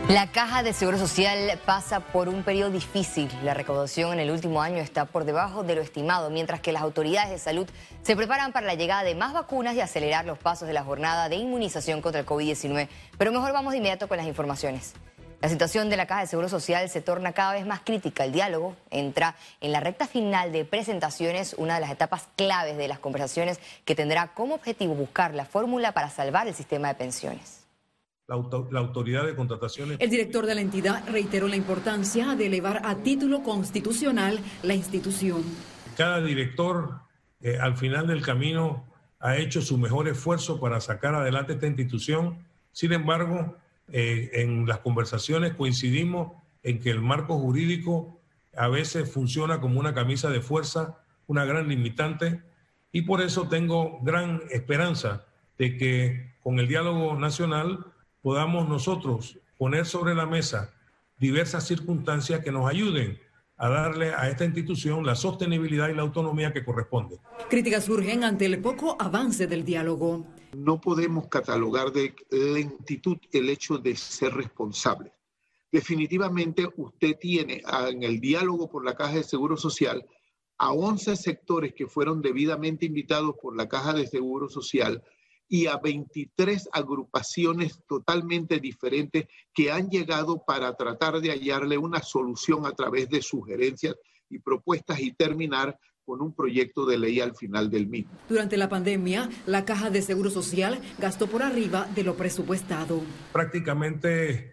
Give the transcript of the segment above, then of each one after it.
La Caja de Seguro Social pasa por un periodo difícil. La recaudación en el último año está por debajo de lo estimado, mientras que las autoridades de salud se preparan para la llegada de más vacunas y acelerar los pasos de la jornada de inmunización contra el COVID-19. Pero mejor vamos de inmediato con las informaciones. La situación de la Caja de Seguro Social se torna cada vez más crítica. El diálogo entra en la recta final de presentaciones, una de las etapas claves de las conversaciones que tendrá como objetivo buscar la fórmula para salvar el sistema de pensiones. La autoridad de contrataciones. El director de la entidad reiteró la importancia de elevar a título constitucional la institución. Cada director al final del camino ha hecho su mejor esfuerzo para sacar adelante esta institución. Sin embargo, en las conversaciones coincidimos en que el marco jurídico a veces funciona como una camisa de fuerza, una gran limitante, y por eso tengo gran esperanza de que con el diálogo nacional podamos nosotros poner sobre la mesa diversas circunstancias que nos ayuden a darle a esta institución la sostenibilidad y la autonomía que corresponde. Críticas surgen ante el poco avance del diálogo. No podemos catalogar de lentitud el hecho de ser responsables. Definitivamente usted tiene en el diálogo por la Caja de Seguro Social a 11 sectores que fueron debidamente invitados por la Caja de Seguro Social y a 23 agrupaciones totalmente diferentes que han llegado para tratar de hallarle una solución a través de sugerencias y propuestas y terminar con un proyecto de ley al final del mismo. Durante la pandemia, la Caja de Seguro Social gastó por arriba de lo presupuestado. Prácticamente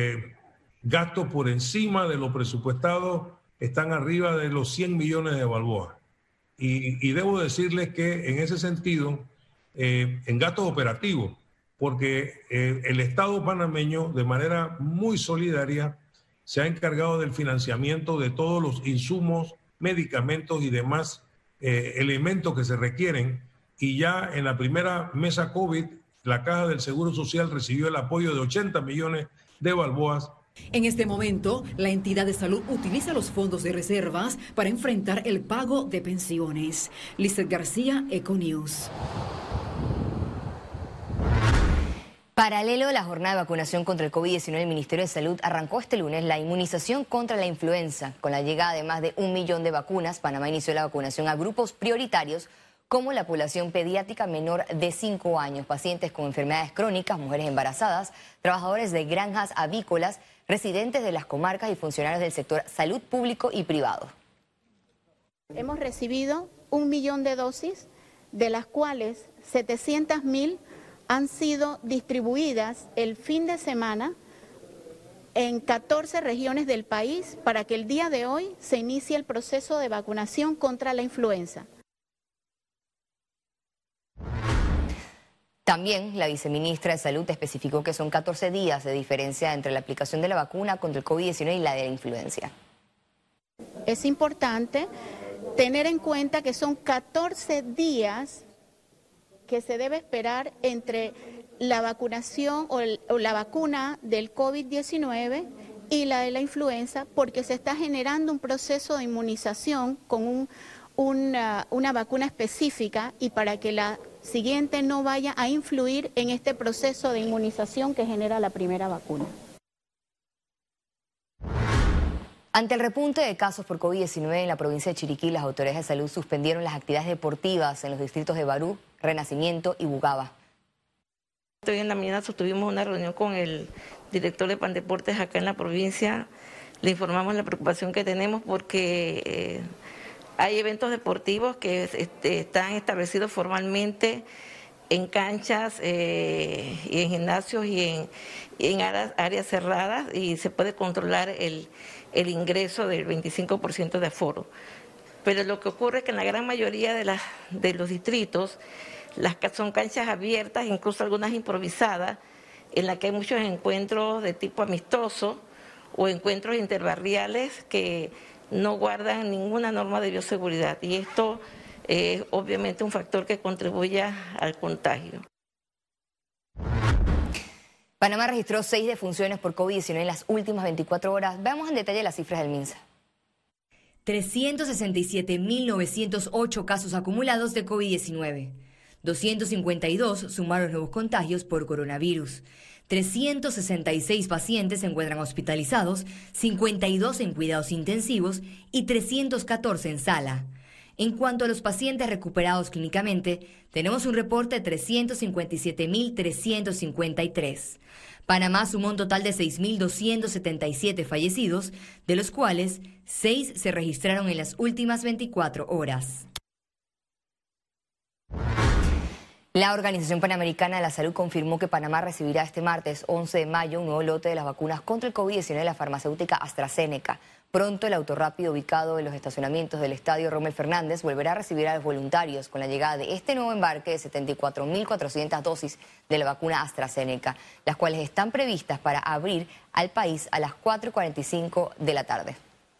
gastos por encima de lo presupuestado están arriba de los 100 millones de balboas. Y debo decirles que en ese sentido, en gastos operativos, porque el Estado panameño de manera muy solidaria se ha encargado del financiamiento de todos los insumos, medicamentos y demás elementos que se requieren, y ya en la primera mesa COVID la Caja del Seguro Social recibió el apoyo de 80 millones de balboas. En este momento, la entidad de salud utiliza los fondos de reservas para enfrentar el pago de pensiones. Lizeth García, Econews. Paralelo a la jornada de vacunación contra el COVID-19, el Ministerio de Salud arrancó este lunes la inmunización contra la influenza. Con la llegada de más de 1 millón de vacunas, Panamá inició la vacunación a grupos prioritarios como la población pediátrica menor de 5 años, pacientes con enfermedades crónicas, mujeres embarazadas, trabajadores de granjas avícolas, residentes de las comarcas y funcionarios del sector salud público y privado. Hemos recibido 1 millón de dosis, de las cuales 700.000 han sido distribuidas el fin de semana en 14 regiones del país para que el día de hoy se inicie el proceso de vacunación contra la influenza. También la viceministra de Salud especificó que son 14 días de diferencia entre la aplicación de la vacuna contra el COVID-19 y la de la influenza. Es importante tener en cuenta que son 14 días que se debe esperar entre la vacunación o la vacuna del COVID-19 y la de la influenza, porque se está generando un proceso de inmunización con una vacuna específica, y para que la siguiente no vaya a influir en este proceso de inmunización que genera la primera vacuna. Ante el repunte de casos por COVID-19 en la provincia de Chiriquí, las autoridades de salud suspendieron las actividades deportivas en los distritos de Barú, Renacimiento y Bugaba. Hoy en la mañana sostuvimos una reunión con el director de Pandeportes acá en la provincia. Le informamos la preocupación que tenemos porque hay eventos deportivos que están establecidos formalmente en canchas y en gimnasios y en áreas cerradas, y se puede controlar el ingreso del 25% de aforo. Pero lo que ocurre es que en la gran mayoría de los distritos son canchas abiertas, incluso algunas improvisadas, en las que hay muchos encuentros de tipo amistoso o encuentros interbarriales que no guardan ninguna norma de bioseguridad, y esto es obviamente un factor que contribuye al contagio. Panamá registró 6 defunciones por COVID-19 en las últimas 24 horas. Veamos en detalle las cifras del MINSA. 367.908 casos acumulados de COVID-19. 252 sumaron nuevos contagios por coronavirus. 366 pacientes se encuentran hospitalizados, 52 en cuidados intensivos y 314 en sala. En cuanto a los pacientes recuperados clínicamente, tenemos un reporte de 357.353. Panamá sumó un total de 6.277 fallecidos, de los cuales 6 se registraron en las últimas 24 horas. La Organización Panamericana de la Salud confirmó que Panamá recibirá este martes 11 de mayo un nuevo lote de las vacunas contra el COVID-19 de la farmacéutica AstraZeneca. Pronto el autorrápido ubicado en los estacionamientos del estadio Rommel Fernández volverá a recibir a los voluntarios con la llegada de este nuevo embarque de 74.400 dosis de la vacuna AstraZeneca, las cuales están previstas para abrir al país a las 4:45 de la tarde.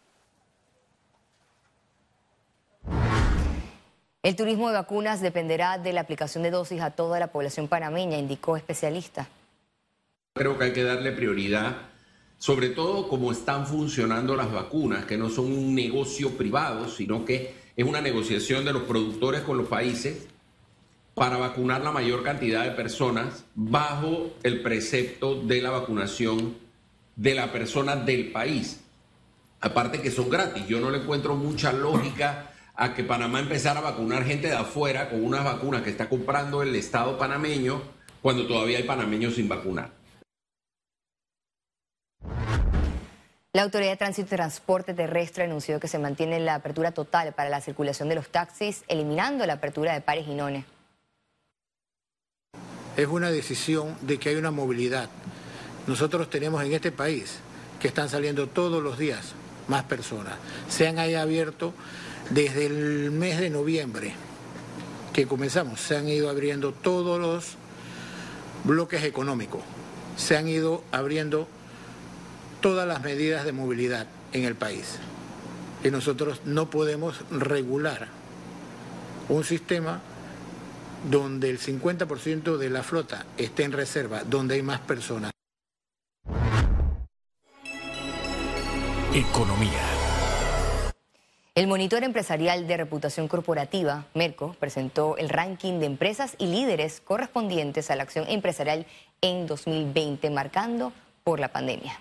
El turismo de vacunas dependerá de la aplicación de dosis a toda la población panameña, indicó especialista. Creo que hay que darle prioridad, sobre todo cómo están funcionando las vacunas, que no son un negocio privado, sino que es una negociación de los productores con los países para vacunar la mayor cantidad de personas bajo el precepto de la vacunación de la persona del país. Aparte que son gratis, yo no le encuentro mucha lógica a que Panamá empezara a vacunar gente de afuera con unas vacunas que está comprando el Estado panameño cuando todavía hay panameños sin vacunar. La Autoridad de Tránsito y Transporte Terrestre anunció que se mantiene la apertura total para la circulación de los taxis, eliminando la apertura de Pares y Nones. Es una decisión de que hay una movilidad. Nosotros tenemos en este país que están saliendo todos los días más personas. Se han ahí abierto desde el mes de noviembre que comenzamos, se han ido abriendo todos los bloques económicos, se han ido abriendo todas las medidas de movilidad en el país. Y nosotros no podemos regular un sistema donde el 50% de la flota esté en reserva, donde hay más personas. Economía. El Monitor Empresarial de Reputación Corporativa, Merco, presentó el ranking de empresas y líderes correspondientes a la acción empresarial en 2020, marcando por la pandemia.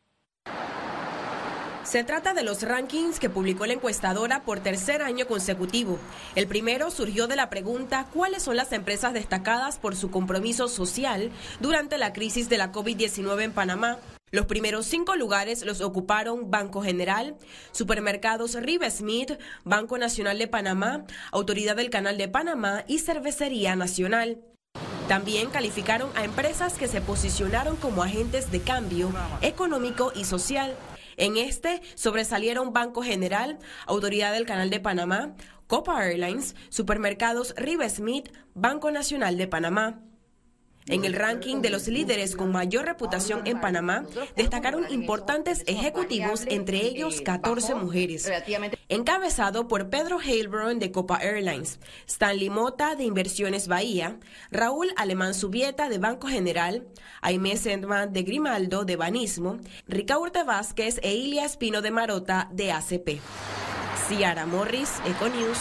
Se trata de los rankings que publicó la encuestadora por tercer año consecutivo. El primero surgió de la pregunta ¿cuáles son las empresas destacadas por su compromiso social durante la crisis de la COVID-19 en Panamá? Los primeros 5 lugares los ocuparon Banco General, Supermercados Riva Smith, Banco Nacional de Panamá, Autoridad del Canal de Panamá y Cervecería Nacional. También calificaron a empresas que se posicionaron como agentes de cambio económico y social. En este sobresalieron Banco General, Autoridad del Canal de Panamá, Copa Airlines, Supermercados Riva Smith, Banco Nacional de Panamá. En el ranking de los líderes con mayor reputación en Panamá, destacaron importantes ejecutivos, entre ellos 14 mujeres. Encabezado por Pedro Heilbron de Copa Airlines, Stanley Mota de Inversiones Bahía, Raúl Alemán Subieta de Banco General, Aimé Sendman de Grimaldo de Banismo, Ricaurte Vázquez e Ilia Espino de Marota de ACP. Ciara Morris, Econews.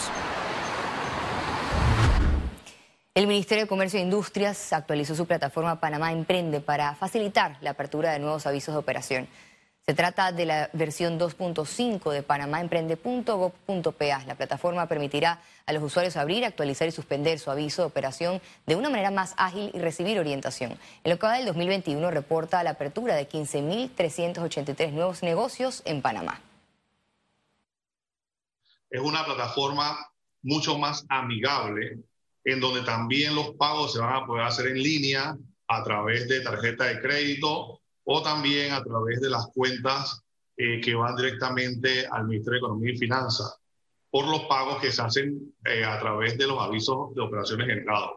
El Ministerio de Comercio e Industrias actualizó su plataforma Panamá Emprende para facilitar la apertura de nuevos avisos de operación. Se trata de la versión 2.5 de panamaemprende.gov.pa. La plataforma permitirá a los usuarios abrir, actualizar y suspender su aviso de operación de una manera más ágil y recibir orientación. En lo que va del 2021 reporta la apertura de 15.383 nuevos negocios en Panamá. Es una plataforma mucho más amigable, en donde también los pagos se van a poder hacer en línea a través de tarjeta de crédito o también a través de las cuentas que van directamente al Ministerio de Economía y Finanzas por los pagos que se hacen a través de los avisos de operaciones generados.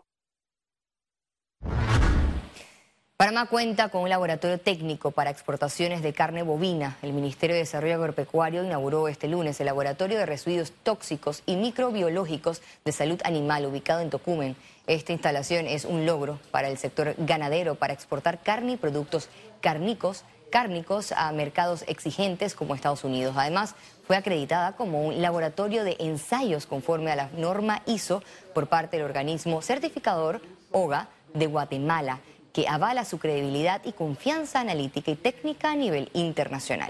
Panamá cuenta con un laboratorio técnico para exportaciones de carne bovina. El Ministerio de Desarrollo Agropecuario inauguró este lunes el Laboratorio de Residuos Tóxicos y Microbiológicos de Salud Animal, ubicado en Tocumen. Esta instalación es un logro para el sector ganadero para exportar carne y productos cárnicos a mercados exigentes como Estados Unidos. Además, fue acreditada como un laboratorio de ensayos conforme a la norma ISO por parte del organismo certificador OGA de Guatemala, que avala su credibilidad y confianza analítica y técnica a nivel internacional.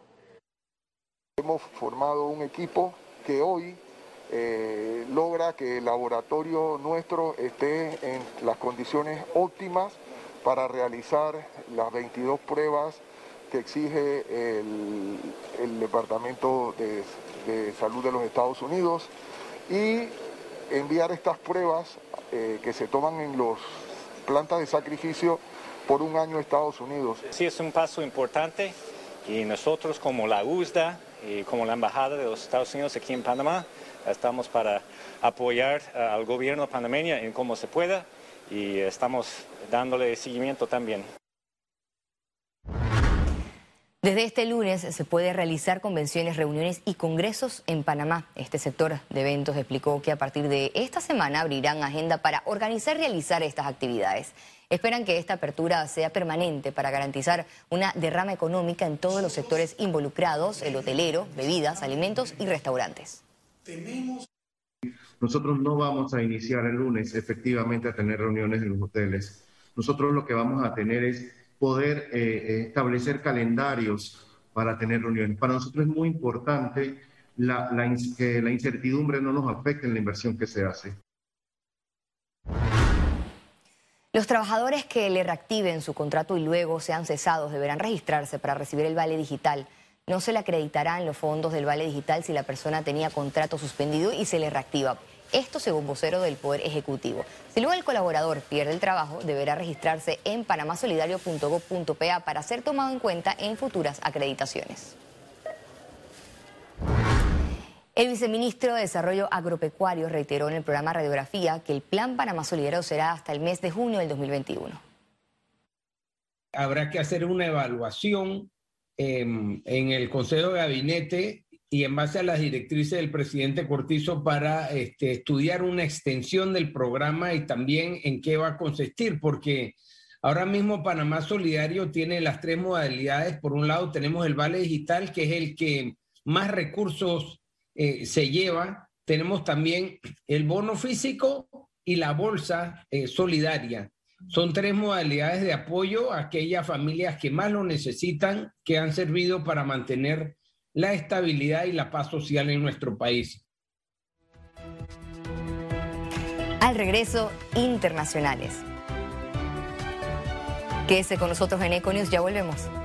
Hemos formado un equipo que hoy logra que el laboratorio nuestro esté en las condiciones óptimas para realizar las 22 pruebas que exige el Departamento de Salud de los Estados Unidos y enviar estas pruebas que se toman en las plantas de sacrificio por un año a Estados Unidos. Sí, es un paso importante y nosotros como la USDA y como la Embajada de los Estados Unidos aquí en Panamá estamos para apoyar al gobierno panameño en cómo se pueda y estamos dándole seguimiento también. Desde este lunes se puede realizar convenciones, reuniones y congresos en Panamá. Este sector de eventos explicó que a partir de esta semana abrirán agenda para organizar y realizar estas actividades. Esperan que esta apertura sea permanente para garantizar una derrama económica en todos los sectores involucrados, el hotelero, bebidas, alimentos y restaurantes. Nosotros no vamos a iniciar el lunes efectivamente a tener reuniones en los hoteles. Nosotros lo que vamos a tener es poder establecer calendarios para tener reuniones. Para nosotros es muy importante que la incertidumbre no nos afecte en la inversión que se hace. Los trabajadores que le reactiven su contrato y luego sean cesados deberán registrarse para recibir el vale digital. No se le acreditarán los fondos del vale digital si la persona tenía contrato suspendido y se le reactiva. Esto según vocero del Poder Ejecutivo. Si luego el colaborador pierde el trabajo, deberá registrarse en panamasolidario.gov.pa para ser tomado en cuenta en futuras acreditaciones. El viceministro de Desarrollo Agropecuario reiteró en el programa Radiografía que el Plan Panamá Solidario será hasta el mes de junio del 2021. Habrá que hacer una evaluación en el Consejo de Gabinete y en base a las directrices del presidente Cortizo para estudiar una extensión del programa y también en qué va a consistir, porque ahora mismo Panamá Solidario tiene las 3 modalidades. Por un lado tenemos el vale digital, que es el que más recursos se lleva. Tenemos también el bono físico y la bolsa solidaria. Son 3 modalidades de apoyo a aquellas familias que más lo necesitan, que han servido para mantener la estabilidad y la paz social en nuestro país. Al regreso, internacionales. Quédese con nosotros en Econews, ya volvemos.